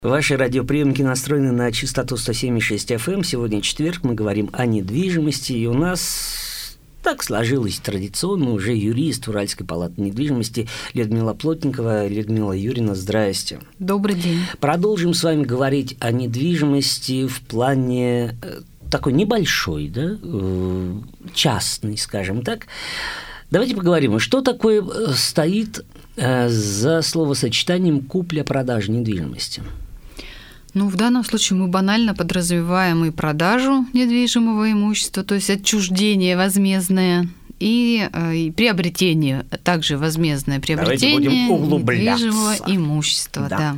Ваши радиоприемники настроены на частоту 107,6 FM. Сегодня четверг, мы говорим о недвижимости, и у нас так сложилось традиционно уже юрист Уральской палаты недвижимости Людмила Плотникова. Людмила Юрьевна, здрасте. Добрый день. Продолжим с вами говорить о недвижимости в плане такой небольшой, да, частный, скажем так. Давайте поговорим, что такое стоит за словосочетанием «купля-продажа недвижимости». В данном случае мы банально подразумеваем и продажу недвижимого имущества, то есть отчуждение возмездное, и приобретение, также возмездное приобретение недвижимого имущества. Да.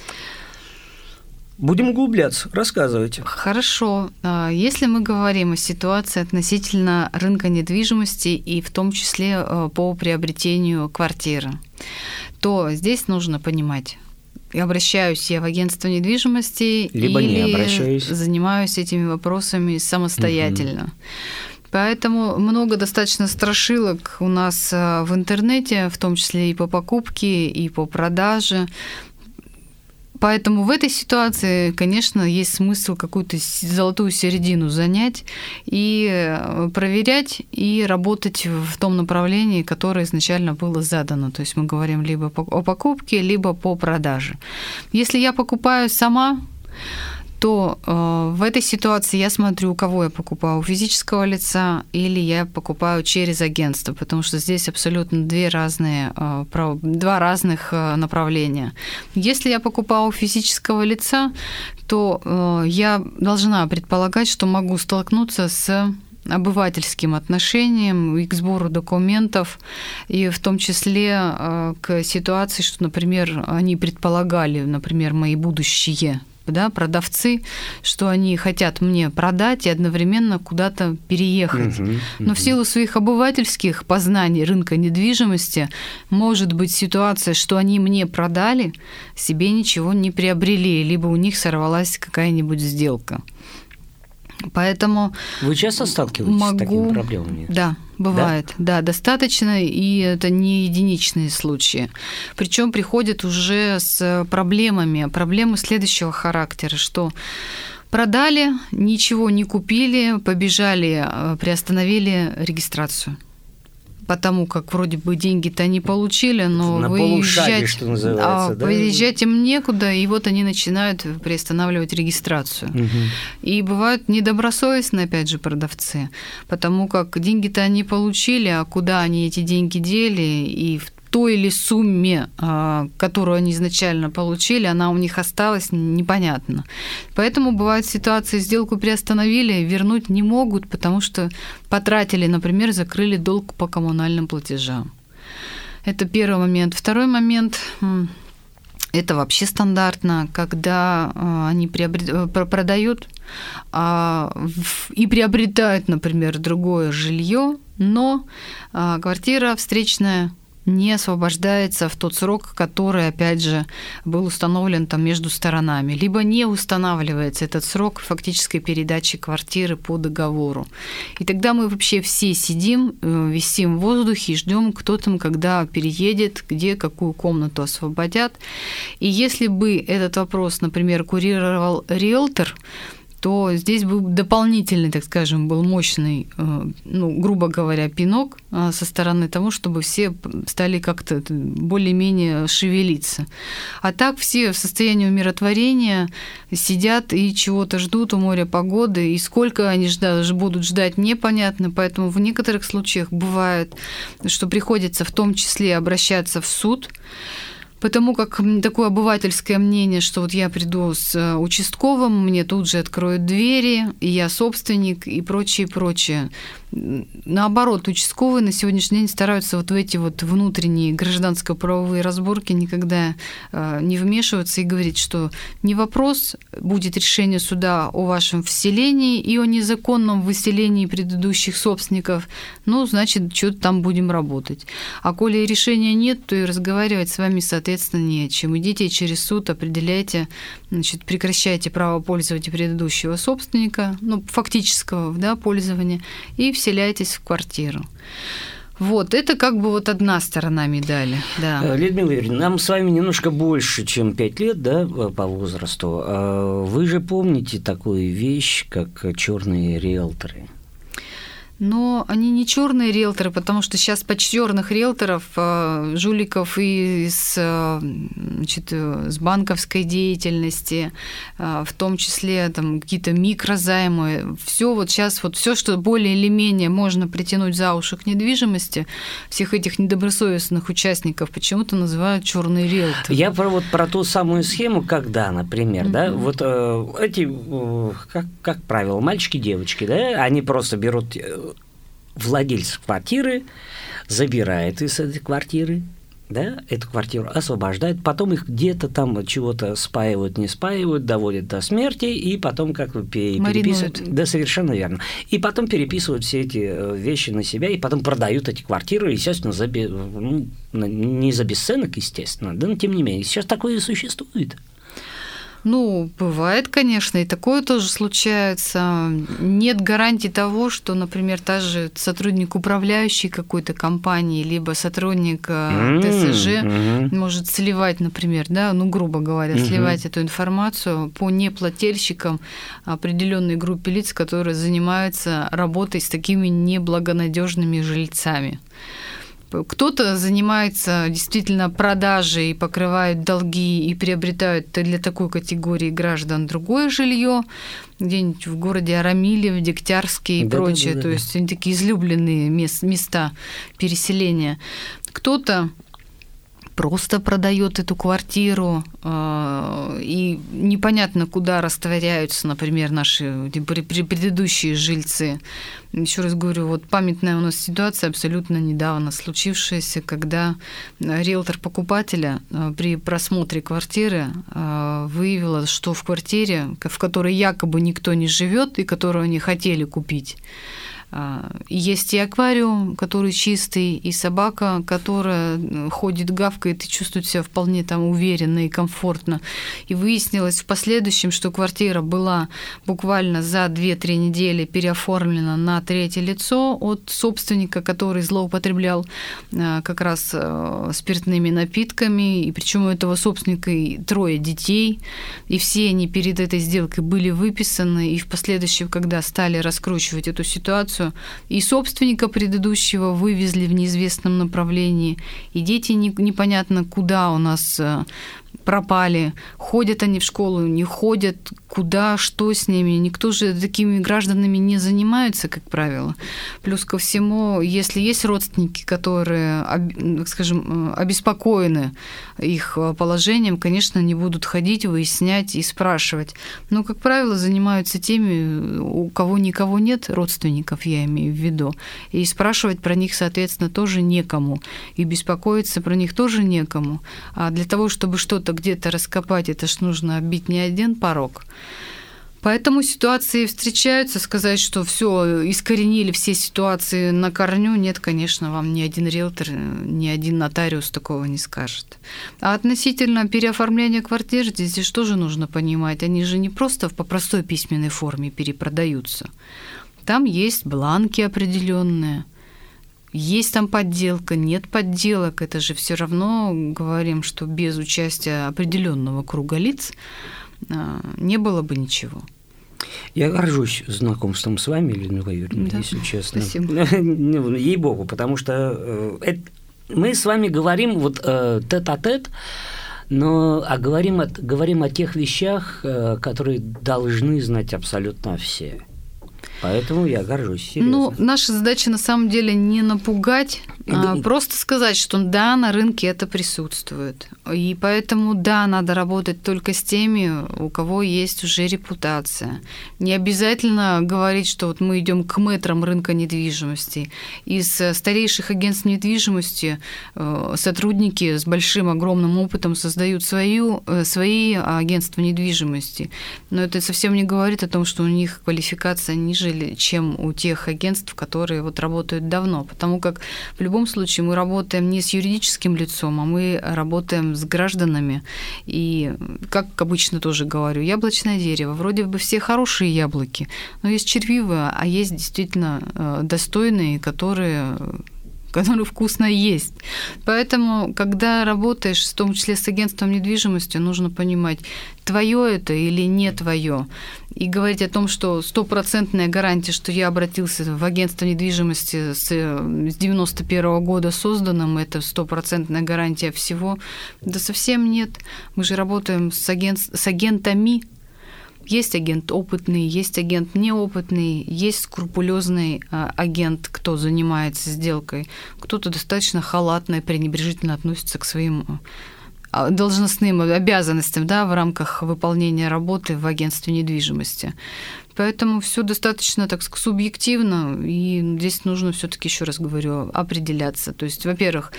Будем углубляться, рассказывайте. Хорошо. Если мы говорим о ситуации относительно рынка недвижимости и в том числе по приобретению квартиры, то здесь нужно понимать, обращаюсь я в агентство недвижимости либо или не обращаюсь, занимаюсь этими вопросами самостоятельно. Поэтому много достаточно страшилок у нас в интернете, в том числе и по покупке, и по продаже. Поэтому в этой ситуации, конечно, есть смысл какую-то золотую середину занять и проверять, и работать в том направлении, которое изначально было задано. То есть мы говорим либо о покупке, либо по продаже. Если я покупаю сама, то в этой ситуации я смотрю, у кого я покупаю, у физического лица или я покупаю через агентство, потому что здесь абсолютно два разных направления. Если я покупаю у физического лица, то я должна предполагать, что могу столкнуться с обывательским отношением и к сбору документов, и в том числе к ситуации, что, например, они предполагали, например, мои будущие продавцы, что они хотят мне продать и одновременно куда-то переехать. Но в силу своих обывательских познаний рынка недвижимости может быть ситуация, что они мне продали, себе ничего не приобрели, либо у них сорвалась какая-нибудь сделка. Поэтому вы часто сталкиваетесь с такими проблемами? Да, бывает. Да, достаточно, и это не единичные случаи. Причем приходят уже с проблемами. Проблемы следующего характера, что продали, ничего не купили, побежали, приостановили регистрацию. Потому как вроде бы деньги-то они получили, но выезжать им некуда, и вот они начинают приостанавливать регистрацию. И бывают недобросовестные, опять же, продавцы, потому как деньги-то они получили, а куда они эти деньги дели, и в той или сумме, которую они изначально получили, она у них осталась, непонятно. Поэтому бывают ситуации, сделку приостановили, вернуть не могут, потому что потратили, например, закрыли долг по коммунальным платежам. Это первый момент. Второй момент – это вообще стандартно, когда они продают и приобретают, например, другое жилье, но квартира встречная не освобождается в тот срок, который, опять же, был установлен там между сторонами, либо не устанавливается этот срок фактической передачи квартиры по договору. И тогда мы вообще все сидим, висим в воздухе и ждем, кто там, когда переедет, где какую комнату освободят. И если бы этот вопрос, например, курировал риэлтор, то здесь бы дополнительный, так скажем, был мощный, грубо говоря, пинок со стороны того, чтобы все стали как-то более-менее шевелиться. А так все в состоянии умиротворения сидят и чего-то ждут у моря погоды, и сколько они будут ждать, непонятно. Поэтому в некоторых случаях бывает, что приходится в том числе обращаться в суд, потому как такое обывательское мнение, что вот я приду с участковым, мне тут же откроют двери, и я собственник, и прочее, прочее. Наоборот, участковые на сегодняшний день стараются вот в эти вот внутренние гражданско-правовые разборки никогда не вмешиваться и говорить, что не вопрос, будет решение суда о вашем вселении и о незаконном выселении предыдущих собственников, значит, что-то там будем работать. А коли решения нет, то и разговаривать с вами, соответственно, не о чем. Идите через суд, определяйте, прекращайте право пользования предыдущего собственника, фактического пользования, и вселяйтесь в квартиру. Вот, это как бы вот одна сторона медали, да. Людмила Юрьевна, нам с вами немножко больше, чем 5 лет, да, по возрасту. Вы же помните такую вещь, как черные риэлторы? Но они не черные риэлторы, потому что сейчас под черных риэлторов, жуликов и с банковской деятельности, в том числе там, какие-то микрозаймы, все вот сейчас, вот все, что более или менее можно притянуть за уши к недвижимости, всех этих недобросовестных участников почему-то называют черные риэлторы. Я про ту самую схему, когда, например, да, вот эти, как правило, мальчики, девочки, да, они просто берут владельцев квартиры, забирает из этой квартиры, да, эту квартиру освобождает, потом их где-то там чего-то спаивают, не спаивают, доводят до смерти, и потом как бы переписывают. Да, совершенно верно. И потом переписывают все эти вещи на себя, и потом продают эти квартиры, естественно, не за бесценок, естественно, да, но тем не менее, сейчас такое и существует. Ну, бывает, конечно, и такое тоже случается. Нет гарантии того, что, например, та же сотрудник управляющей какой-то компании, либо сотрудник ТСЖ может сливать, например, да, ну, грубо говоря, сливать эту информацию по неплательщикам определенной группе лиц, которые занимаются работой с такими неблагонадежными жильцами. Кто-то занимается действительно продажей, покрывает долги и приобретает для такой категории граждан другое жилье, где-нибудь в городе Арамиле, Дегтярске и прочее. То есть они такие излюбленные места переселения. Кто-то просто продает эту квартиру, и непонятно, куда растворяются, например, наши предыдущие жильцы. Еще раз говорю, вот памятная у нас ситуация абсолютно недавно случившаяся, когда риэлтор покупателя при просмотре квартиры выявила, что в квартире, в которой якобы никто не живет и которую они хотели купить, есть и аквариум, который чистый, и собака, которая ходит, гавкает и чувствует себя вполне там уверенно и комфортно. И выяснилось в последующем, что квартира была буквально за 2-3 недели переоформлена на третье лицо от собственника, который злоупотреблял как раз спиртными напитками, и причем у этого собственника 3 детей, и все они перед этой сделкой были выписаны, и в последующем, когда стали раскручивать эту ситуацию, и собственника предыдущего вывезли в неизвестном направлении, и дети непонятно куда у нас пропали, ходят они в школу, не ходят, куда, что с ними. Никто же такими гражданами не занимается, как правило. Плюс ко всему, если есть родственники, которые, скажем, обеспокоены их положением, конечно, не будут ходить, выяснять и спрашивать. Но, как правило, занимаются теми, у кого никого нет, родственников, я имею в виду, и спрашивать про них, соответственно, тоже некому, и беспокоиться про них тоже некому. А для того, чтобы что-то где-то раскопать, это ж нужно оббить не один порог. Поэтому ситуации встречаются, сказать, что все искоренили все ситуации на корню, нет, конечно, вам ни один риэлтор, ни один нотариус такого не скажет. А относительно переоформления квартир, здесь тоже нужно понимать, они же не просто по простой письменной форме перепродаются. Там есть бланки определенные. Есть там подделка, нет подделок, это же все равно говорим, что без участия определенного круга лиц не было бы ничего. Я горжусь знакомством с вами, Людмила Юрьевна, если честно. Спасибо. Ей-богу, потому что мы с вами говорим вот тет-а-тет, но говорим о тех вещах, которые должны знать абсолютно все. Поэтому я горжусь, серьезно. Ну, наша задача на самом деле не напугать, а просто сказать, что да, на рынке это присутствует. И поэтому, да, надо работать только с теми, у кого есть уже репутация. Не обязательно говорить, что вот мы идем к мэтрам рынка недвижимости. Из старейших агентств недвижимости сотрудники с большим, огромным опытом создают свои агентства недвижимости. Но это совсем не говорит о том, что у них квалификация ниже, чем у тех агентств, которые вот работают давно. Потому как в любом случае мы работаем не с юридическим лицом, а мы работаем с гражданами. И, как обычно тоже говорю, яблочное дерево. Вроде бы все хорошие яблоки, но есть червивые, а есть действительно достойные, которые которую вкусно есть. Поэтому, когда работаешь, в том числе с агентством недвижимости, нужно понимать, твое это или не твое. И говорить о том, что 100% гарантия, что я обратился в агентство недвижимости с 91 года созданным, это 100% гарантия всего, да совсем нет. Мы же работаем с агентами. Есть агент опытный, есть агент неопытный, есть скрупулезный агент, кто занимается сделкой, кто-то достаточно халатно и пренебрежительно относится к своим должностным обязанностям, да, в рамках выполнения работы в агентстве недвижимости. Поэтому все достаточно так субъективно, и здесь нужно все-таки, еще раз говорю, определяться. То есть, во-первых,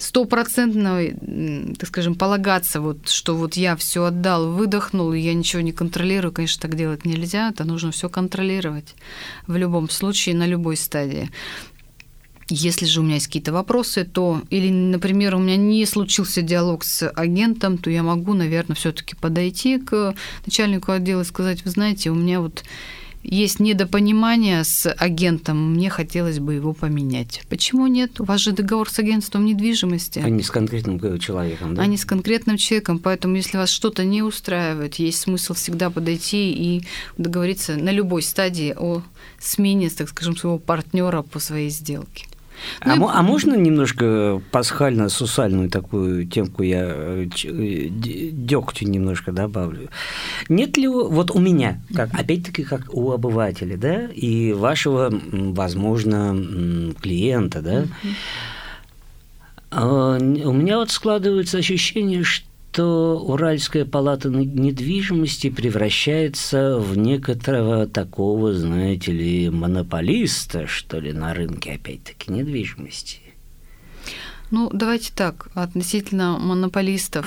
100%, так скажем, полагаться, вот, что вот я все отдал, выдохнул, и я ничего не контролирую, конечно, так делать нельзя, это нужно все контролировать в любом случае, на любой стадии. Если же у меня есть какие-то вопросы, то, или, например, у меня не случился диалог с агентом, то я могу, наверное, все-таки подойти к начальнику отдела и сказать: вы знаете, у меня вот есть недопонимание с агентом, мне хотелось бы его поменять. Почему нет? У вас же договор с агентством недвижимости. А не с конкретным человеком, да? А не с конкретным человеком, поэтому если вас что-то не устраивает, есть смысл всегда подойти и договориться на любой стадии о смене, так скажем, своего партнера по своей сделке. А можно немножко пасхально-сусальную такую темку я дегтю немножко добавлю? Нет ли вот у меня, опять-таки, как у обывателя, да, и вашего, возможно, клиента, да, у меня вот складывается ощущение, что Уральская палата недвижимости превращается в некоторого такого, знаете ли, монополиста, что ли, на рынке, опять-таки, недвижимости. Ну, давайте так, относительно монополистов.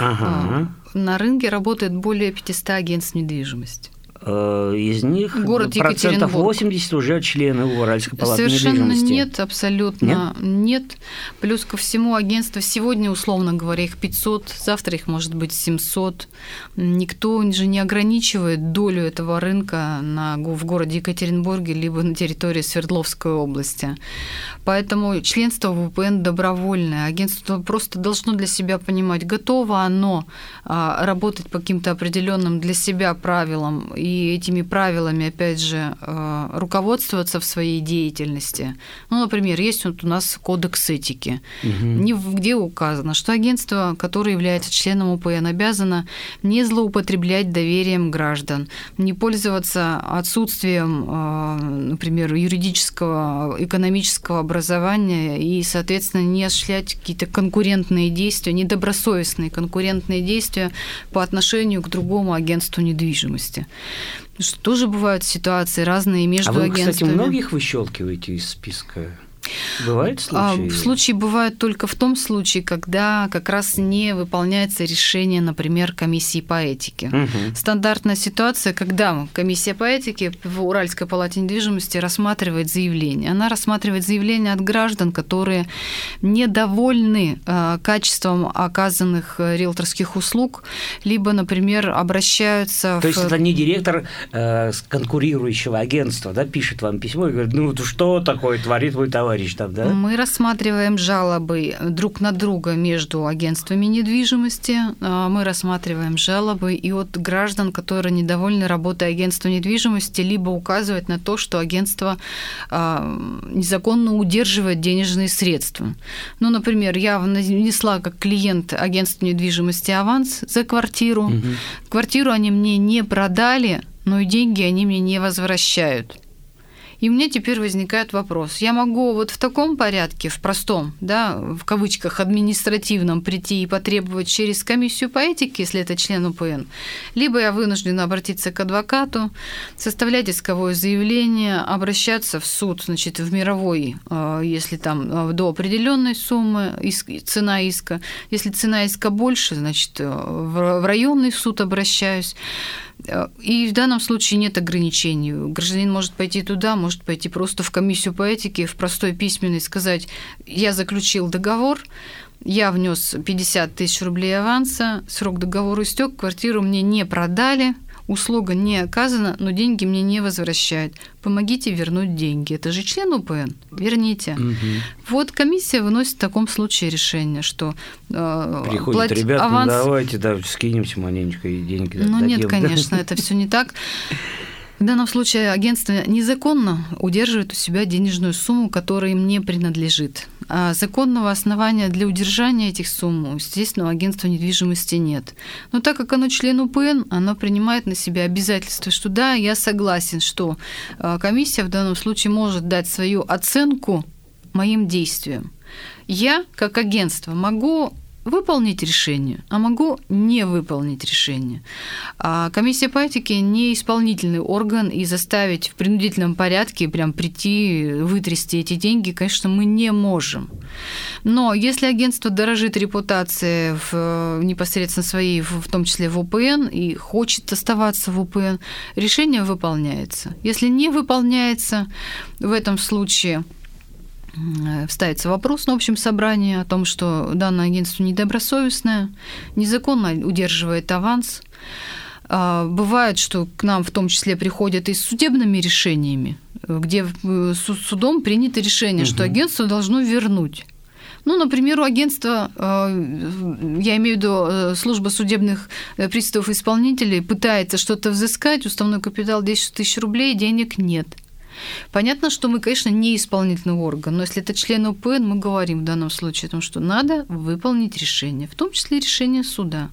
На рынке работает более 500 агентств недвижимости. Из них процентов 80 уже члены Уральской палаты недвижимости. Совершенно нет, абсолютно нет. Плюс ко всему агентства сегодня, условно говоря, их 500, завтра их может быть 700. Никто же не ограничивает долю этого рынка в городе Екатеринбурге либо на территории Свердловской области. Поэтому членство в УПН добровольное. Агентство просто должно для себя понимать, готово оно работать по каким-то определенным для себя правилам и этими правилами, опять же, руководствоваться в своей деятельности. Ну, например, есть вот у нас кодекс этики, где указано, что агентство, которое является членом УПН, обязано не злоупотреблять доверием граждан, не пользоваться отсутствием, например, юридического, экономического образования и, соответственно, не осуществлять какие-то конкурентные действия, недобросовестные конкурентные действия по отношению к другому агентству недвижимости. Что тоже бывают ситуации разные между агентствами. А вы, кстати, многих выщелкиваете из списка? Бывают случаи? Случаи бывают только в том случае, когда как раз не выполняется решение, например, комиссии по этике. Стандартная ситуация, когда комиссия по этике в Уральской палате недвижимости рассматривает заявление. Она рассматривает заявления от граждан, которые недовольны качеством оказанных риэлторских услуг, либо, например, обращаются... То есть это не директор конкурирующего агентства, да, пишет вам письмо и говорит: ну что такое творит мой товарищ? Там, да? Мы рассматриваем жалобы друг на друга между агентствами недвижимости, мы рассматриваем жалобы и от граждан, которые недовольны работой агентства недвижимости, либо указывают на то, что агентство незаконно удерживает денежные средства. Ну, например, я внесла как клиент агентства недвижимости аванс за квартиру. Квартиру они мне не продали, но и деньги они мне не возвращают. И у меня теперь возникает вопрос. Я могу вот в таком порядке, в простом, да, в кавычках, административном прийти и потребовать через комиссию по этике, если это член УПН, либо я вынуждена обратиться к адвокату, составлять исковое заявление, обращаться в суд, значит, в мировой, если там до определенной суммы цена иска. Если цена иска больше, значит, в районный суд обращаюсь. И в данном случае нет ограничений. Гражданин может пойти туда, может пойти просто в комиссию по этике, в простой письменной сказать: я заключил договор, я внес 50 тысяч рублей аванса, срок договора истек, квартиру мне не продали, услуга не оказана, но деньги мне не возвращают. Помогите вернуть деньги. Это же член УПН. Верните. Вот комиссия выносит в таком случае решение, что приходят ребята, аванс... давайте скинемся маленечко и деньги дадим. Нет, конечно, это все не так. В данном случае агентство незаконно удерживает у себя денежную сумму, которая им не принадлежит. А законного основания для удержания этих сумм, естественно, у агентства недвижимости нет. Но так как оно член УПН, оно принимает на себя обязательство, что да, я согласен, что комиссия в данном случае может дать свою оценку моим действиям. Я, как агентство, могу выполнить решение, а могу не выполнить решение. А комиссия по этике не исполнительный орган, и заставить в принудительном порядке прям прийти, вытрясти эти деньги, конечно, мы не можем. Но если агентство дорожит репутацией непосредственно своей, в том числе в УПН, и хочет оставаться в УПН, решение выполняется. Если не выполняется, в этом случае ставится вопрос на общем собрании о том, что данное агентство недобросовестное, незаконно удерживает аванс. Бывает, что к нам в том числе приходят и с судебными решениями, где судом принято решение, что агентство должно вернуть. Ну, например, у агентства, я имею в виду служба судебных приставов и исполнителей, пытается что-то взыскать, уставной капитал 10 тысяч рублей, денег нет. Понятно, что мы, конечно, не исполнительный орган, но если это член УПН, мы говорим в данном случае о том, что надо выполнить решение, в том числе решение суда.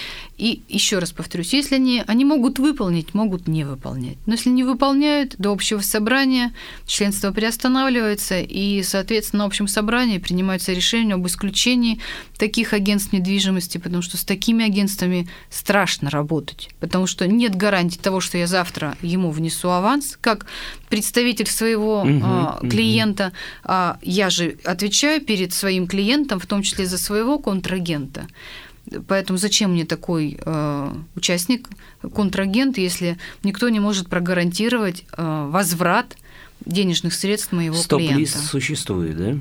И еще раз повторюсь, если они могут выполнить, могут не выполнять. Но если не выполняют, до общего собрания членство приостанавливается, и, соответственно, на общем собрании принимается решение об исключении таких агентств недвижимости, потому что с такими агентствами страшно работать, потому что нет гарантии того, что я завтра ему внесу аванс, как представитель своего клиента, я же отвечаю перед своим клиентом, в том числе за своего контрагента. Поэтому зачем мне такой участник, контрагент, если никто не может прогарантировать возврат денежных средств моего клиента? Стоп-лист существует, да?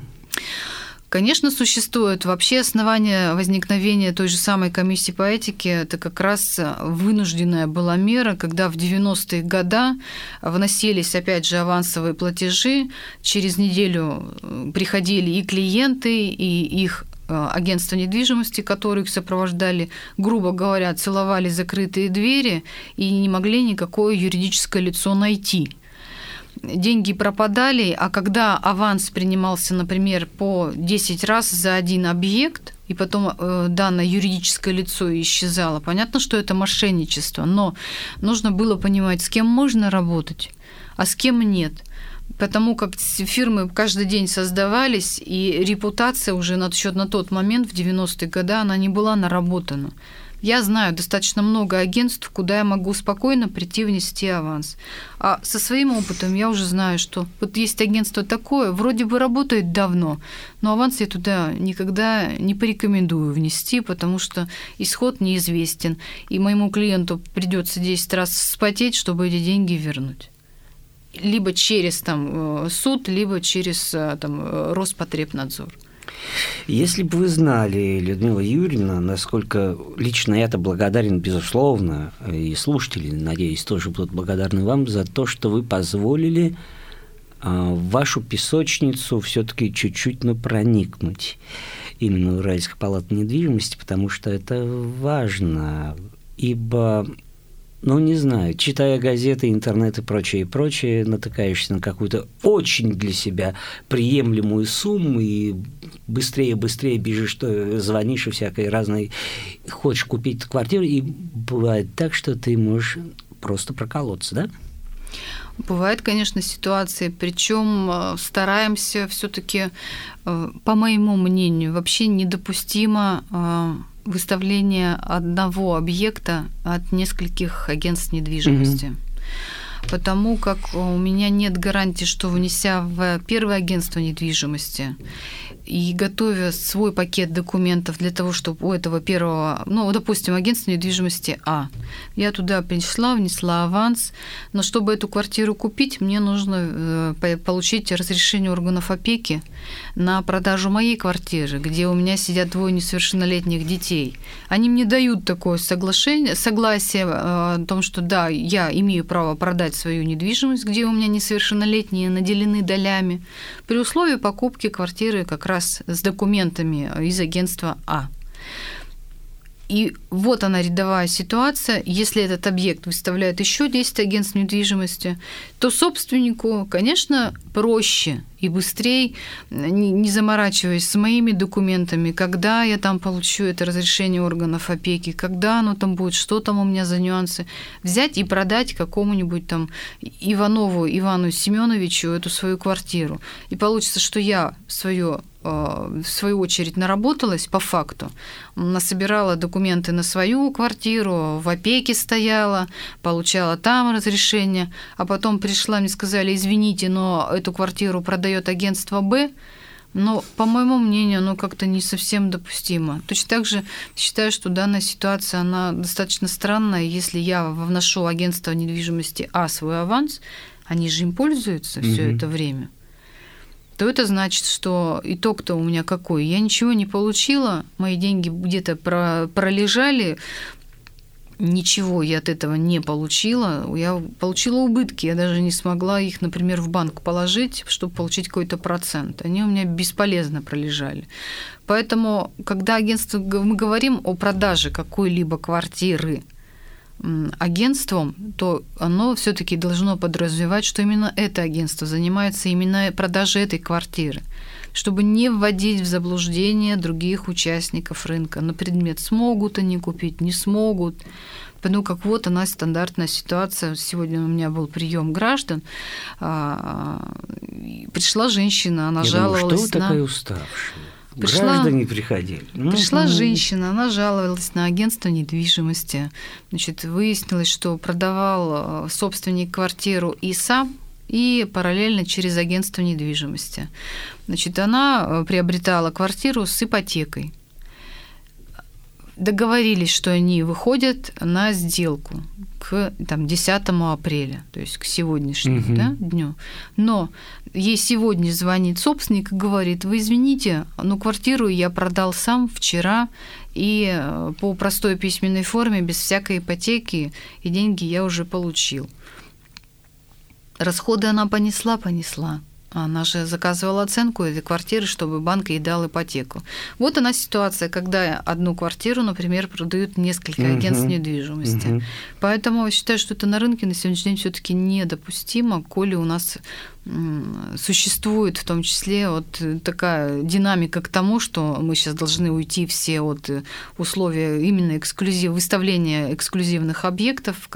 Конечно, существует. Вообще основание возникновения той же самой комиссии по этике – это как раз вынужденная была мера, когда в 90-е годы вносились, опять же, авансовые платежи, через неделю приходили и клиенты, и их агентства недвижимости, которые их сопровождали, грубо говоря, целовали закрытые двери и не могли никакое юридическое лицо найти. Деньги пропадали, а когда аванс принимался, например, по 10 раз за один объект, и потом данное юридическое лицо исчезало, понятно, что это мошенничество, но нужно было понимать, с кем можно работать, а с кем нет. Потому как фирмы каждый день создавались, и репутация уже на тот момент, в 90-е годы, она не была наработана. Я знаю достаточно много агентств, куда я могу спокойно прийти внести аванс. А со своим опытом я уже знаю, что вот есть агентство такое, вроде бы работает давно, но аванс я туда никогда не порекомендую внести, потому что исход неизвестен, и моему клиенту придется 10 раз вспотеть, чтобы эти деньги вернуть. Либо через суд, либо через Роспотребнадзор. Если бы вы знали, Людмила Юрьевна, насколько лично я-то благодарен, безусловно, и слушатели, надеюсь, тоже будут благодарны вам за то, что вы позволили в вашу песочницу все-таки чуть-чуть проникнуть именно в Уральскую палату недвижимости, потому что это важно, ибо... не знаю, читая газеты, интернет и прочее, натыкаешься на какую-то очень для себя приемлемую сумму и быстрее бежишь, звонишь и всякой разной, хочешь купить квартиру, и бывает так, что ты можешь просто проколоться, да? Бывают, конечно, ситуации, причем стараемся все-таки, по моему мнению, вообще недопустимо выставление одного объекта от нескольких агентств недвижимости. потому как у меня нет гарантии, что, внеся в первое агентство недвижимости и готовя свой пакет документов для того, чтобы у этого первого, ну, допустим, агентство недвижимости А, я туда пришла, внесла аванс, но чтобы эту квартиру купить, мне нужно получить разрешение органов опеки на продажу моей квартиры, где у меня сидят 2 несовершеннолетних детей. Они мне дают такое согласие о том, что да, я имею право продать свою недвижимость, где у меня несовершеннолетние наделены долями, при условии покупки квартиры как раз с документами из агентства А. И вот она рядовая ситуация. Если этот объект выставляет еще 10 агентств недвижимости, то собственнику, конечно, проще и быстрее, не заморачиваясь с моими документами, когда я там получу это разрешение органов опеки, когда оно там будет, что там у меня за нюансы, взять и продать какому-нибудь там Иванову Ивану Семеновичу эту свою квартиру. И получится, что я в свою очередь наработалась по факту, насобирала документы на свою квартиру, в опеке стояла, получала там разрешение, а потом пришла, мне сказали, извините, но эту квартиру продает агентство Б, но, по моему мнению, оно как-то не совсем допустимо. Точно так же считаю, что данная ситуация, она достаточно странная. Если я вношу в агентство недвижимости А свой аванс, они же им пользуются все это время, то это значит, что итог-то у меня какой? Я ничего не получила, мои деньги где-то пролежали, ничего я от этого не получила. Я получила убытки, я даже не смогла их, например, в банк положить, чтобы получить какой-то процент. Они у меня бесполезно пролежали. Поэтому, когда мы говорим о продаже какой-либо квартиры агентством, то оно все-таки должно подразумевать, что именно это агентство занимается именно продажей этой квартиры, чтобы не вводить в заблуждение других участников рынка на предмет, смогут они купить, не смогут. Ну, как вот она стандартная ситуация. Сегодня у меня был прием граждан. Пришла женщина, она жаловалась что вы такая уставшая? Граждане приходили. Пришла женщина, она жаловалась на агентство недвижимости. Значит, выяснилось, что продавал собственник квартиру и сам, и параллельно через агентство недвижимости. Значит, она приобретала квартиру с ипотекой. Договорились, что они выходят на сделку к 10 апреля, то есть к сегодняшнему дню. Но ей сегодня звонит собственник и говорит: вы извините, но квартиру я продал сам вчера и по простой письменной форме, без всякой ипотеки, и деньги я уже получил. Расходы она понесла. Она же заказывала оценку этой квартиры, чтобы банк ей дал ипотеку. Вот она ситуация, когда одну квартиру, например, продают несколько агентств недвижимости. Поэтому я считаю, что это на рынке на сегодняшний день все-таки недопустимо, коли у нас существует в том числе вот такая динамика к тому, что мы сейчас должны уйти все от условия именно выставления эксклюзивных объектов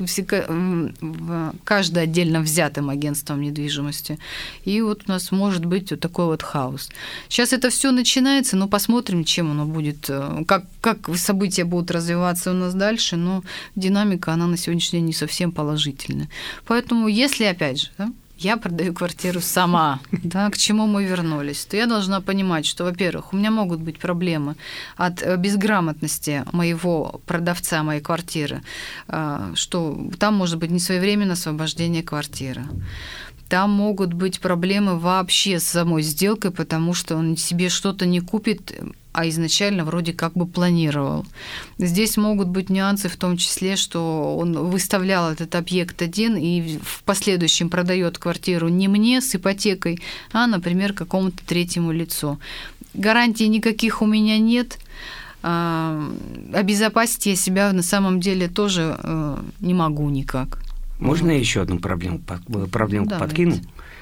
каждое отдельно взятым агентством недвижимости. И вот у нас может быть вот такой вот хаос. Сейчас это все начинается, но посмотрим, чем оно будет, как события будут развиваться у нас дальше, но динамика, она на сегодняшний день не совсем положительная. Поэтому, если, опять же, я продаю квартиру сама, к чему мы вернулись, то я должна понимать, что, во-первых, у меня могут быть проблемы от безграмотности моего продавца моей квартиры, что там может быть несвоевременное освобождение квартиры. Там могут быть проблемы вообще с самой сделкой, потому что он себе что-то не купит, а изначально вроде как бы планировал. Здесь могут быть нюансы в том числе, что он выставлял этот объект один и в последующем продает квартиру не мне с ипотекой, а, например, какому-то третьему лицу. Гарантий никаких у меня нет. Обезопасить я себя на самом деле тоже не могу никак. Можно я еще одну проблемку подкину?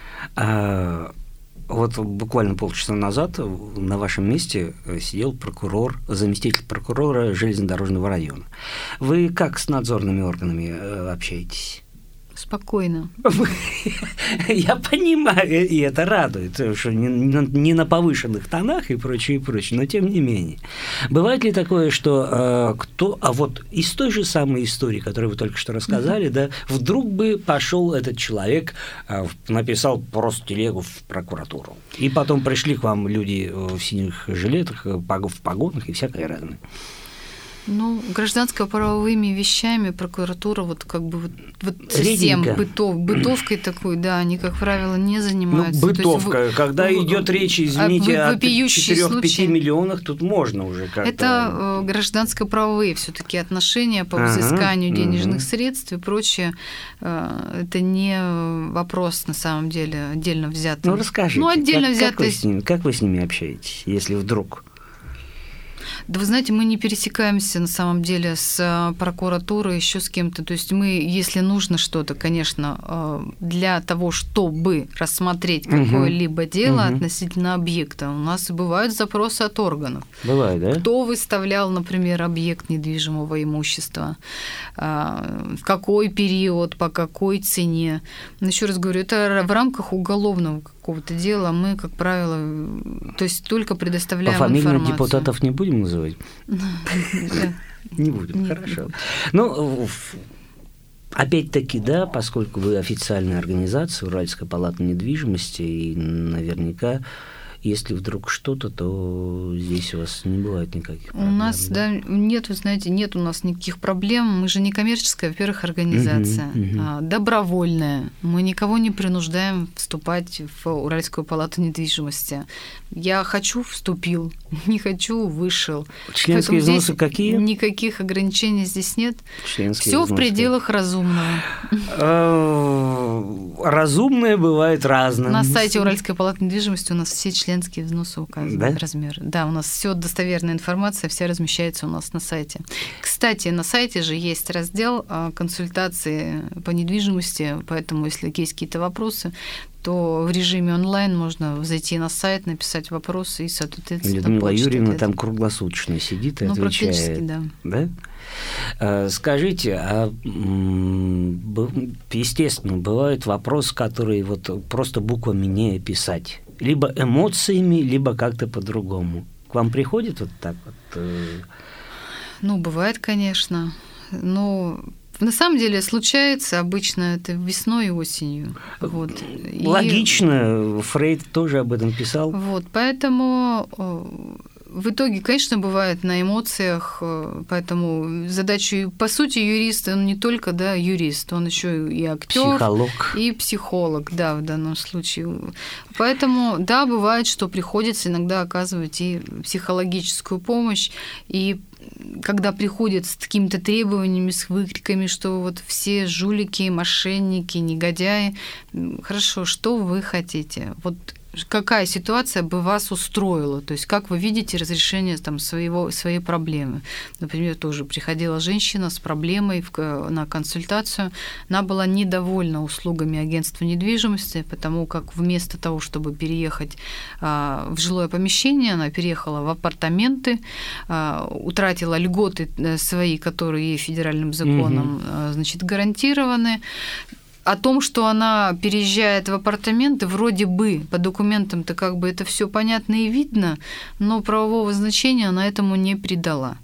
Вот буквально полчаса назад на вашем месте сидел заместитель прокурора железнодорожного района. Вы как с надзорными органами общаетесь? Спокойно. Я понимаю, и это радует, что не на повышенных тонах и прочее, но тем не менее. Бывает ли такое, что вот из той же самой истории, которую вы только что рассказали, да, вдруг бы пошел этот человек, написал просто телегу в прокуратуру, и потом пришли к вам люди в синих жилетах, в погонах и всякое разное? Ну, гражданско-правовыми вещами прокуратура вот совсем бытовкой такой, да, они, как правило, не занимаются. Ну, бытовка, когда идет речь, извините, о 4-5 миллионах, тут можно уже как-то... Это гражданско-правовые все-таки отношения по взысканию денежных средств и прочее. Это не вопрос, на самом деле, отдельно взятый. Ну, расскажите, как вы с ними общаетесь, если вдруг... Да вы знаете, мы не пересекаемся на самом деле с прокуратурой, еще с кем-то. То есть мы, если нужно что-то, конечно, для того, чтобы рассмотреть какое-либо дело относительно объекта, у нас бывают запросы от органов. Бывает, да? Кто выставлял, например, объект недвижимого имущества, в какой период, по какой цене. Но еще раз говорю, это в рамках уголовного какого-то дела мы, как правило, то есть только предоставляем информацию. По фамилиям депутатов не будем называть? Не будем, хорошо. Ну, опять-таки, да, поскольку вы официальная организация, Уральская палата недвижимости, и наверняка, если вдруг что-то, то здесь у вас не бывает никаких проблем. У нас, да, нет, вы знаете, нет у нас никаких проблем. Мы же не коммерческая, во-первых, организация, добровольная. Мы никого не принуждаем вступать в Уральскую палату недвижимости. Я хочу — вступил, не хочу — вышел. Членские взносы какие? Никаких ограничений здесь нет. Все в пределах разумного. Разумное бывает разное. На сайте Уральской палаты недвижимости у нас все членские взносы указаны, размеры. Да, у нас все достоверная информация, вся размещается у нас на сайте. Кстати, на сайте же есть раздел консультации по недвижимости, поэтому если есть какие-то вопросы, то в режиме онлайн можно зайти на сайт, написать вопросы и, соответственно, Людмила Юрьевна там круглосуточно сидит и отвечает. Практически, да. Скажите, естественно, бывают вопросы, которые вот просто буквами не описать. Либо эмоциями, либо как-то по-другому. К вам приходит вот так вот? Ну, бывает, конечно. Но на самом деле случается обычно это весной и осенью. Вот. Логично, Фрейд тоже об этом писал. Вот, поэтому в итоге, конечно, бывает на эмоциях, поэтому задача, по сути, юрист, он не только, да, юрист, он еще и актер, и психолог, да, в данном случае. Поэтому, да, бывает, что приходится иногда оказывать и психологическую помощь, и когда приходят с какими-то требованиями, с выкриками, что вот все жулики, мошенники, негодяи, хорошо, что вы хотите? Вот какая ситуация бы вас устроила? То есть как вы видите разрешение там, своей проблемы? Например, тоже приходила женщина с проблемой на консультацию. Она была недовольна услугами агентства недвижимости, потому как вместо того, чтобы переехать в жилое помещение, она переехала в апартаменты, утратила льготы свои, которые ей федеральным законом значит, гарантированы. О том, что она переезжает в апартаменты, вроде бы по документам-то как бы это все понятно и видно, но правового значения она этому не придала.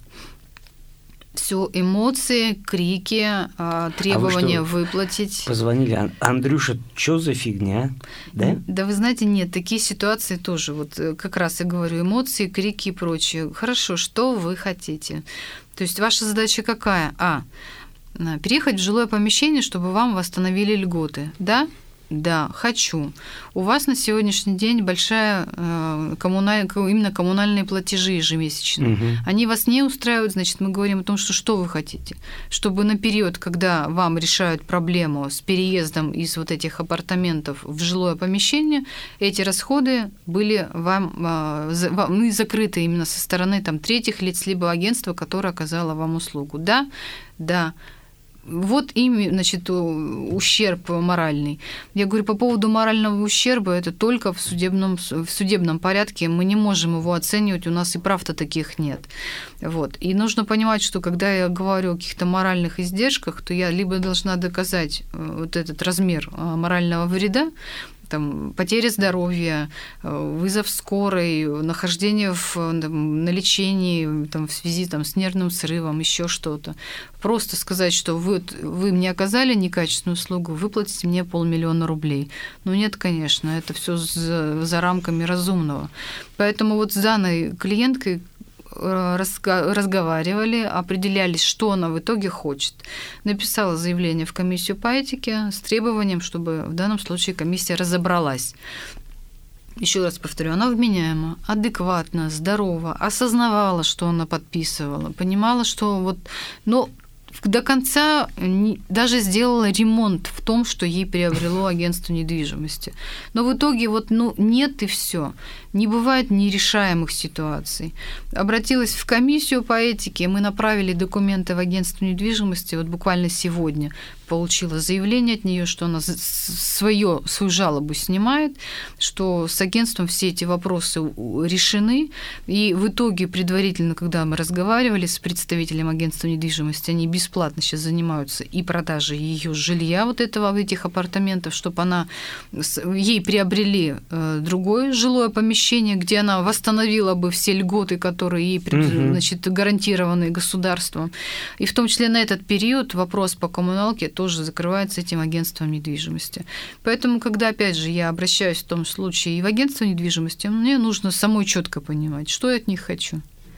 Все эмоции, крики, требования выплатить. Позвонили, Андрюша, что за фигня? Да? Да вы знаете, нет, такие ситуации тоже. Вот как раз я говорю, эмоции, крики и прочее. Хорошо, что вы хотите? То есть ваша задача какая? Переехать в жилое помещение, чтобы вам восстановили льготы. Да? Да, хочу. У вас на сегодняшний день большая именно коммунальные платежи ежемесячные. Они вас не устраивают, значит, мы говорим о том, что вы хотите. Чтобы на период, когда вам решают проблему с переездом из вот этих апартаментов в жилое помещение, эти расходы были вам закрыты именно со стороны там, третьих лиц, либо агентства, которое оказало вам услугу. Да, да. Вот им, значит, ущерб моральный. Я говорю, по поводу морального ущерба, это только в судебном порядке. Мы не можем его оценивать, у нас и прав-то таких нет. Вот. И нужно понимать, что когда я говорю о каких-то моральных издержках, то я либо должна доказать вот этот размер морального вреда, там, потеря здоровья, вызов скорой, нахождение на лечении там, в связи там, с нервным срывом, еще что-то. Просто сказать, что вы мне оказали некачественную услугу, выплатите мне 500 000 рублей. Ну нет, конечно, это все за рамками разумного. Поэтому вот с данной клиенткой разговаривали, определялись, что она в итоге хочет. Написала заявление в комиссию по этике с требованием, чтобы в данном случае комиссия разобралась. Еще раз повторю, она вменяема, адекватна, здорова, осознавала, что она подписывала, понимала, что вот... Но до конца даже сделала ремонт в том, что ей приобрело агентство недвижимости. Но в итоге вот, нет и все. Не бывает нерешаемых ситуаций. Обратилась в комиссию по этике, мы направили документы в агентство недвижимости, вот буквально сегодня получила заявление от нее, что она свою жалобу снимает, что с агентством все эти вопросы решены. И в итоге предварительно, когда мы разговаривали с представителем агентства недвижимости, они бесплатно сейчас занимаются и продажей ее жилья, вот этих апартаментов, чтобы ей приобрели другое жилое помещение, где она восстановила бы все льготы, которые ей значит, гарантированы государством. И в том числе на этот период вопрос по коммуналке тоже закрывается этим агентством недвижимости. Поэтому, когда, опять же, я обращаюсь в том случае и в агентство недвижимости, мне нужно самой четко понимать, что я от них хочу.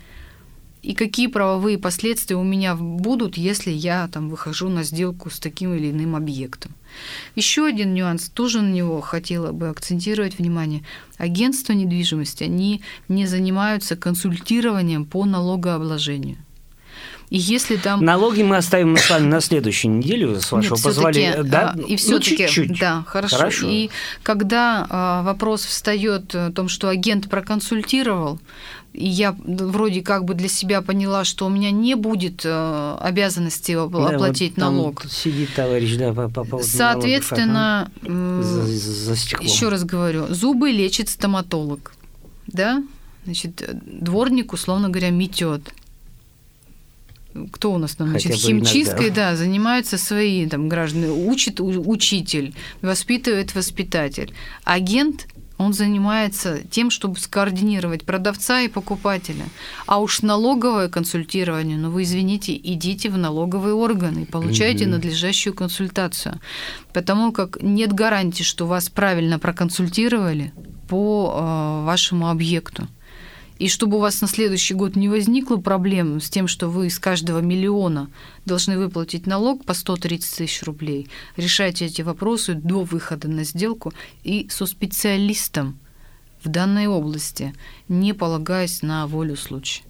И какие правовые последствия у меня будут, если я там выхожу на сделку с таким или иным объектом. Еще один нюанс, тоже на него хотела бы акцентировать внимание. Агентства недвижимости, они не занимаются консультированием по налогообложению. И если там... Налоги мы оставим с вами на следующую неделю, с вашего позволения. Да? И всё-таки, чуть-чуть. Да, хорошо. И когда вопрос встает о том, что агент проконсультировал, и я вроде как бы для себя поняла, что у меня не будет обязанности оплатить налог. Там сидит товарищ, по поводу соответственно, за стеклом. Еще раз говорю, зубы лечит стоматолог, да? Значит, дворник, условно говоря, метет. Кто у нас там, значит, химчисткой, да, занимаются свои там граждане, учит учитель, воспитывает воспитатель. Агент, он занимается тем, чтобы скоординировать продавца и покупателя. А уж налоговое консультирование, вы извините, идите в налоговые органы и получайте надлежащую консультацию. Потому как нет гарантии, что вас правильно проконсультировали по вашему объекту. И чтобы у вас на следующий год не возникло проблем с тем, что вы из каждого миллиона должны выплатить налог по 130 000 рублей, решайте эти вопросы до выхода на сделку и со специалистом в данной области, не полагаясь на волю случая.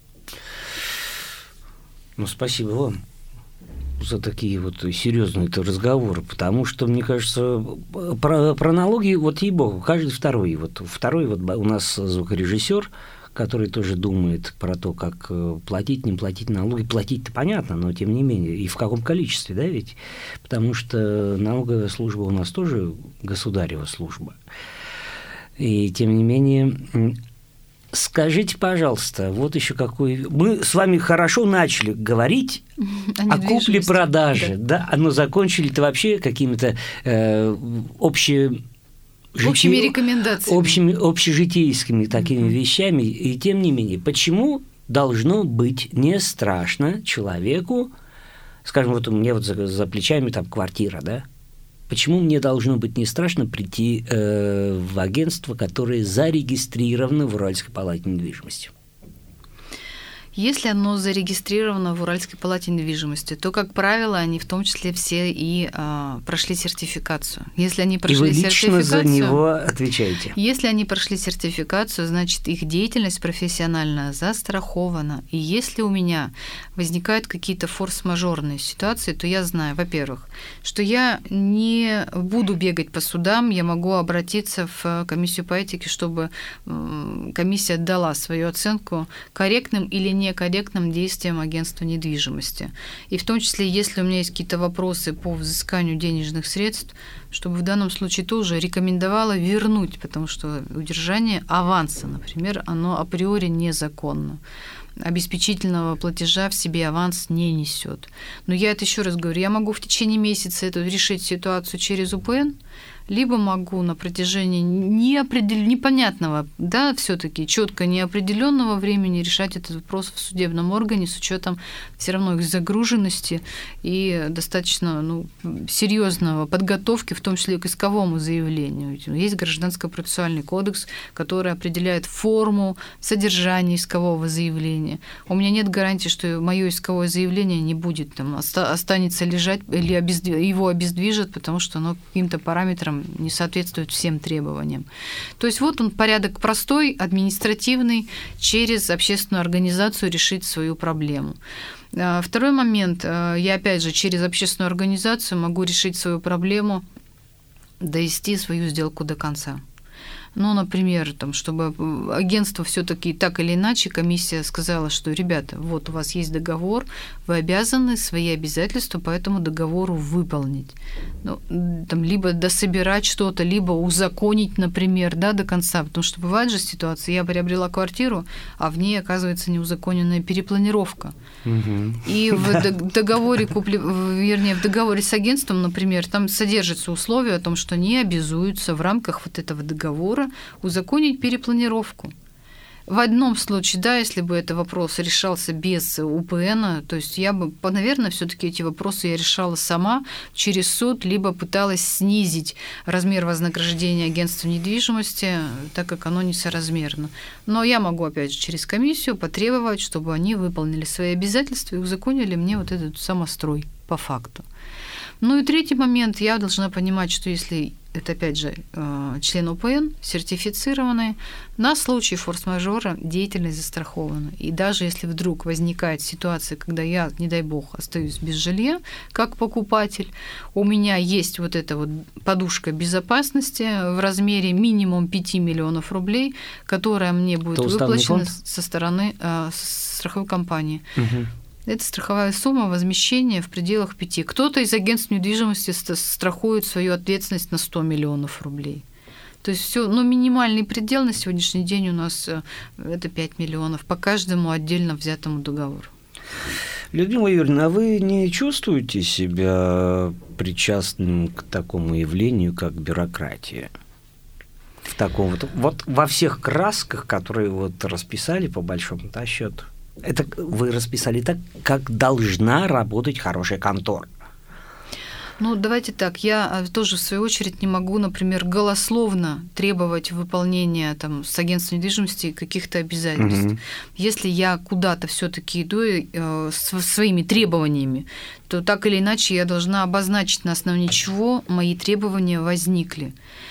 Спасибо вам за такие вот серьезные разговоры, потому что, мне кажется, про налоги, вот ей-богу, каждый второй у нас звукорежиссер, который тоже думает про то, как платить, не платить налоги. Платить-то понятно, но тем не менее, и в каком количестве, да, ведь? Потому что налоговая служба у нас тоже государева служба. И тем не менее... Скажите, пожалуйста, вот еще какой... Мы с вами хорошо начали говорить о купле-продаже, да, но закончили-то вообще какими-то общими рекомендациями, общежитейскими такими вещами. И тем не менее, почему должно быть не страшно человеку, скажем, вот у меня вот за плечами там квартира, да? Почему мне должно быть не страшно прийти в агентство, которое зарегистрировано в Уральской палате недвижимости? Если оно зарегистрировано в Уральской палате недвижимости, то, как правило, они в том числе все и прошли сертификацию. Если они прошли и вы лично за него отвечаете? Если они прошли сертификацию, значит, их деятельность профессиональная застрахована. И если у меня возникают какие-то форс-мажорные ситуации, то я знаю, во-первых, что я не буду бегать по судам, я могу обратиться в комиссию по этике, чтобы комиссия дала свою оценку корректным или некорректным действиям агентства недвижимости. И в том числе, если у меня есть какие-то вопросы по взысканию денежных средств, чтобы в данном случае тоже рекомендовала вернуть, потому что удержание аванса, например, оно априори незаконно. Обеспечительного платежа в себе аванс не несет. Но я это еще раз говорю, я могу в течение месяца решить ситуацию через УПН, либо могу на протяжении непонятного, да, все-таки четко неопределенного времени решать этот вопрос в судебном органе с учетом все равно их загруженности и достаточно серьезного подготовки, в том числе к исковому заявлению. Есть Гражданско-процессуальный кодекс, который определяет форму, содержание искового заявления. У меня нет гарантии, что мое исковое заявление не будет останется лежать или его обездвижат, потому что оно каким-то параметрам не соответствует всем требованиям. То есть вот он порядок простой, административный, через общественную организацию решить свою проблему. Второй момент. Я, опять же, через общественную организацию могу решить свою проблему, довести свою сделку до конца. Например, чтобы агентство все-таки так или иначе, комиссия сказала, что, ребята, вот у вас есть договор, вы обязаны свои обязательства по этому договору выполнить. Либо дособирать что-то, либо узаконить, например, до конца. Потому что бывает же ситуация, я приобрела квартиру, а в ней оказывается неузаконенная перепланировка. И в договоре в договоре с агентством, например, там содержится условие о том, что они обязуются в рамках вот этого договора узаконить перепланировку. В одном случае, да, если бы этот вопрос решался без УПН, то есть я бы, наверное, все-таки эти вопросы я решала сама через суд, либо пыталась снизить размер вознаграждения агентства недвижимости, так как оно несоразмерно. Но я могу, опять же, через комиссию потребовать, чтобы они выполнили свои обязательства и узаконили мне вот этот самострой по факту. И третий момент, я должна понимать, что если это, опять же, член УПН, сертифицированный, на случай форс-мажора деятельность застрахована. И даже если вдруг возникает ситуация, когда я, не дай бог, остаюсь без жилья, как покупатель, у меня есть вот эта вот подушка безопасности в размере минимум 5 миллионов рублей, которая мне будет выплачена со стороны страховой компании. Угу. Это страховая сумма возмещения в пределах 5. Кто-то из агентств недвижимости страхует свою ответственность на 100 миллионов рублей. То есть все, минимальный предел на сегодняшний день у нас это 5 миллионов по каждому отдельно взятому договору. Людмила Юрьевна, а вы не чувствуете себя причастным к такому явлению, как бюрократия? В таком вот во всех красках, которые расписали по большому-то счету. Это вы расписали так, как должна работать хорошая контора. Давайте так. Я тоже, в свою очередь, не могу, например, голословно требовать выполнения с агентством недвижимости каких-то обязательств. Угу. Если я куда-то все-таки иду со своими требованиями, то так или иначе я должна обозначить, на основании чего мои требования возникли.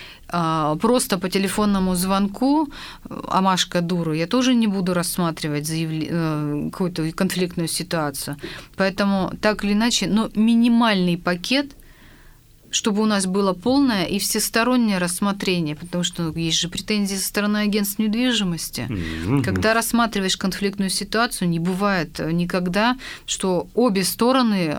Просто по телефонному звонку, Амашка дуру, я тоже не буду рассматривать какую-то конфликтную ситуацию. Поэтому так или иначе, но минимальный пакет, чтобы у нас было полное и всестороннее рассмотрение, потому что есть же претензии со стороны агентств недвижимости. Mm-hmm. Когда рассматриваешь конфликтную ситуацию, не бывает никогда, что обе стороны,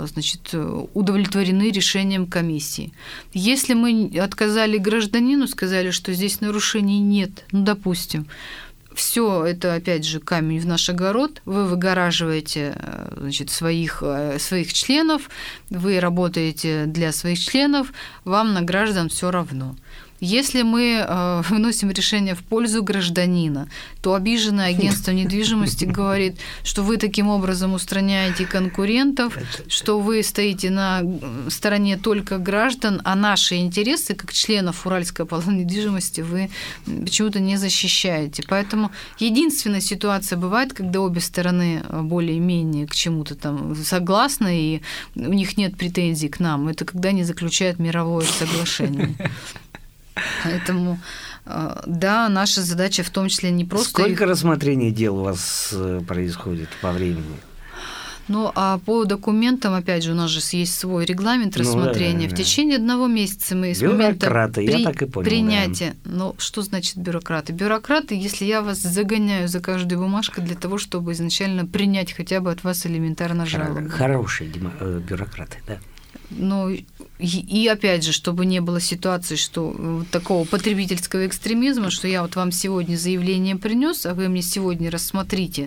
удовлетворены решением комиссии. Если мы отказали гражданину, сказали, что здесь нарушений нет, допустим, все это, опять же, камень в наш огород. Вы выгораживаете, своих членов, вы работаете для своих членов, вам на граждан все равно. Если мы выносим решение в пользу гражданина, то обиженное агентство недвижимости говорит, что вы таким образом устраняете конкурентов, что вы стоите на стороне только граждан, а наши интересы, как членов Уральской палаты недвижимости, вы почему-то не защищаете. Поэтому единственная ситуация бывает, когда обе стороны более-менее к чему-то согласны, и у них нет претензий к нам, это когда они заключают мировое соглашение. Поэтому, да, наша задача в том числе не просто... Сколько рассмотрений дел у вас происходит по времени? Ну, а по документам, опять же, у нас же есть свой регламент рассмотрения. В течение 1 месяца мы с момента принятия... Да. Ну, что значит бюрократы? Бюрократы, если я вас загоняю за каждой бумажкой для того, чтобы изначально принять хотя бы от вас элементарно жалобу. Хорошие бюрократы, да. Ну, и опять же, чтобы не было ситуации, что такого потребительского экстремизма, что я вот вам сегодня заявление принес, а вы мне сегодня рассмотрите.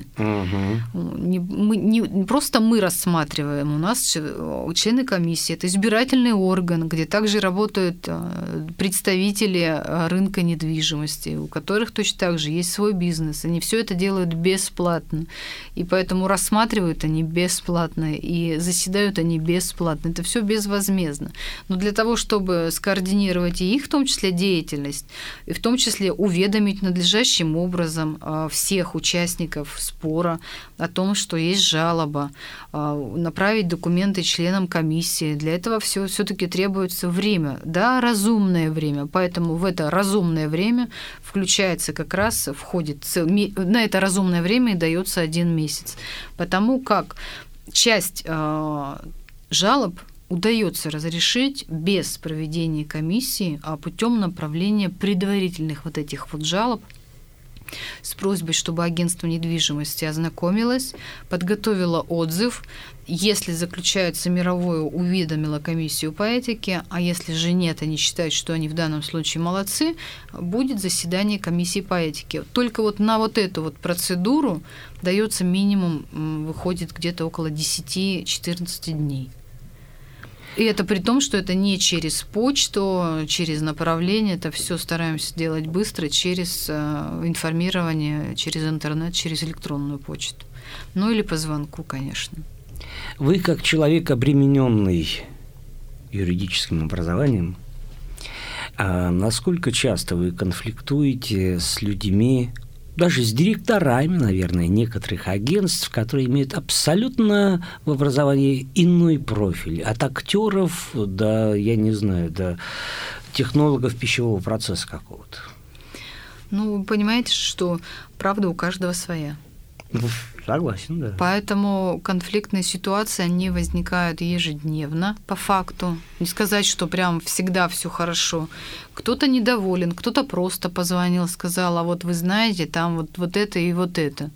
Не просто мы рассматриваем, у нас члены комиссии, это избирательный орган, где также работают представители рынка недвижимости, у которых точно так же есть свой бизнес. Они все это делают бесплатно. И поэтому рассматривают они бесплатно, и заседают они бесплатно. Это все безвозмездно. Но для того, чтобы скоординировать и их, в том числе, деятельность, и в том числе уведомить надлежащим образом всех участников спора о том, что есть жалоба, направить документы членам комиссии, для этого все-таки требуется время, да, разумное время. Поэтому в это разумное время включается как раз, на это разумное время и дается 1 месяц. Потому как часть жалоб удается разрешить без проведения комиссии, а путем направления предварительных вот этих вот жалоб с просьбой, чтобы агентство недвижимости ознакомилось, подготовило отзыв, если заключается мировое, уведомило комиссию по этике, а если же нет, они считают, что они в данном случае молодцы, будет заседание комиссии по этике. Только вот на вот эту вот процедуру дается минимум, выходит где-то около 10-14 дней. И это при том, что это не через почту, через направление, это все стараемся делать быстро, через информирование, через интернет, через электронную почту. Ну или по звонку, конечно. Вы, как человек, обремененный юридическим образованием, насколько часто вы конфликтуете с людьми, даже с директорами, наверное, некоторых агентств, которые имеют абсолютно в образовании иной профиль. От актеров до, я не знаю, до технологов пищевого процесса какого-то. Ну, вы понимаете, что правда у каждого своя. Согласен, да. Поэтому конфликтные ситуации, они возникают ежедневно, по факту. Не сказать, что прям всегда все хорошо. Кто-то недоволен, кто-то просто позвонил, сказал, а вот вы знаете, там вот это и вот это.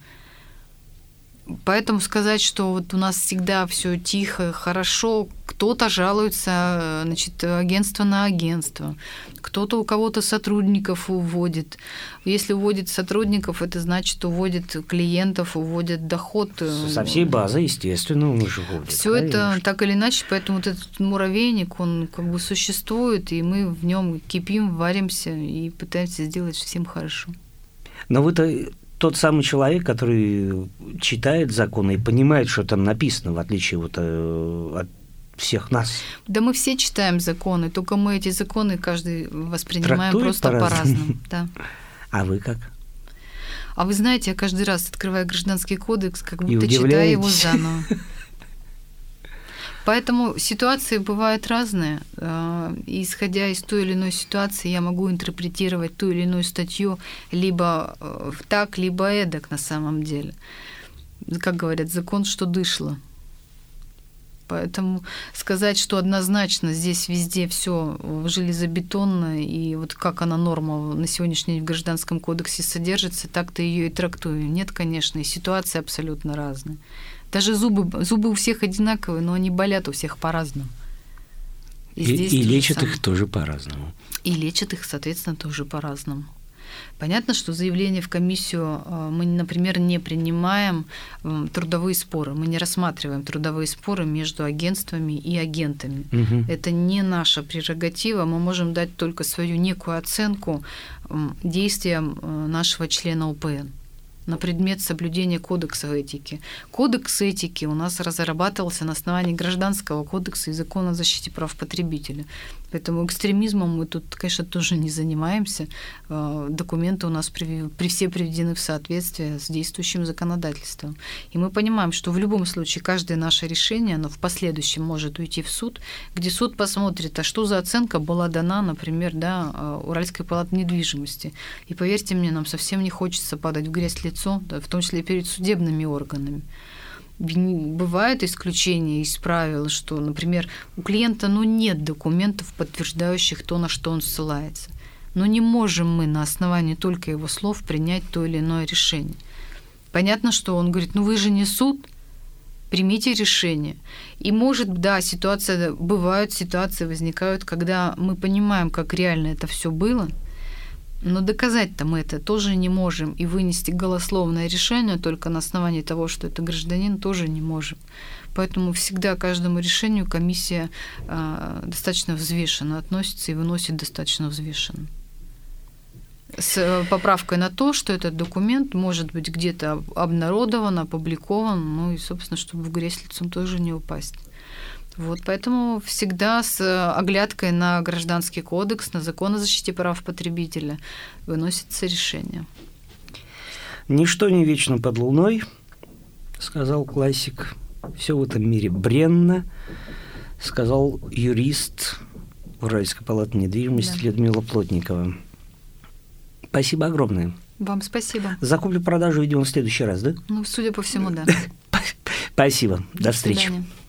Поэтому сказать, что вот у нас всегда все тихо, хорошо, кто-то жалуется, значит, агентство на агентство, кто-то у кого-то сотрудников уводит. Если уводит сотрудников, это значит уводит клиентов, уводит доход. Со всей базы, естественно, он же уводит. Все это так или иначе, поэтому вот этот муравейник, он как бы существует, и мы в нем кипим, варимся и пытаемся сделать всем хорошо. Но вы-то тот самый человек, который читает законы и понимает, что там написано, в отличие вот от всех нас. Да мы все читаем законы, только мы эти законы каждый воспринимаем трактует просто по-разному. Да. А вы как? А вы знаете, я каждый раз открываю Гражданский кодекс, как будто читаю его заново. Поэтому ситуации бывают разные. И исходя из той или иной ситуации, я могу интерпретировать ту или иную статью либо так, либо эдак на самом деле. Как говорят, закон, что дышло. Поэтому сказать, что однозначно здесь везде все железобетонно, и вот как она норма на сегодняшний день в Гражданском кодексе содержится, так-то ее и трактую. Нет, конечно, и ситуации абсолютно разные. Даже зубы у всех одинаковые, но они болят у всех по-разному. И лечат их тоже по-разному. И лечат их, соответственно, тоже по-разному. Понятно, что заявление в комиссию мы, например, не принимаем трудовые споры, мы не рассматриваем трудовые споры между агентствами и агентами. Угу. Это не наша прерогатива, мы можем дать только свою некую оценку действиям нашего члена УПН на предмет соблюдения кодекса этики. Кодекс этики у нас разрабатывался на основании Гражданского кодекса и Закона о защите прав потребителя. Поэтому экстремизмом мы тут, конечно, тоже не занимаемся. Документы у нас все приведены в соответствие с действующим законодательством. И мы понимаем, что в любом случае каждое наше решение, оно в последующем может уйти в суд, где суд посмотрит, а что за оценка была дана, например, Уральской палаты недвижимости. И поверьте мне, нам совсем не хочется падать в грязь лицом, в том числе и перед судебными органами. Бывают исключения из правил, что, например, у клиента нет документов, подтверждающих то, на что он ссылается. Но не можем мы на основании только его слов принять то или иное решение. Понятно, что он говорит, вы же не суд, примите решение. И может, бывают ситуации, возникают, когда мы понимаем, как реально это все было, но доказать-то мы это тоже не можем, и вынести голословное решение только на основании того, что это гражданин, тоже не можем. Поэтому всегда к каждому решению комиссия достаточно взвешенно относится и выносит достаточно взвешенно. С поправкой на то, что этот документ может быть где-то обнародован, опубликован, и, собственно, чтобы в грязь лицом тоже не упасть. Поэтому всегда с оглядкой на Гражданский кодекс, на Закон о защите прав потребителя выносится решение. «Ничто не вечно под луной», — сказал классик. «Все в этом мире бренно», — сказал юрист Уральской палаты недвижимости Людмила Плотникова. Спасибо огромное. Вам спасибо. За куплю-продажу видимо в следующий раз, да? Судя по всему, да. Спасибо. До встречи. Свидания.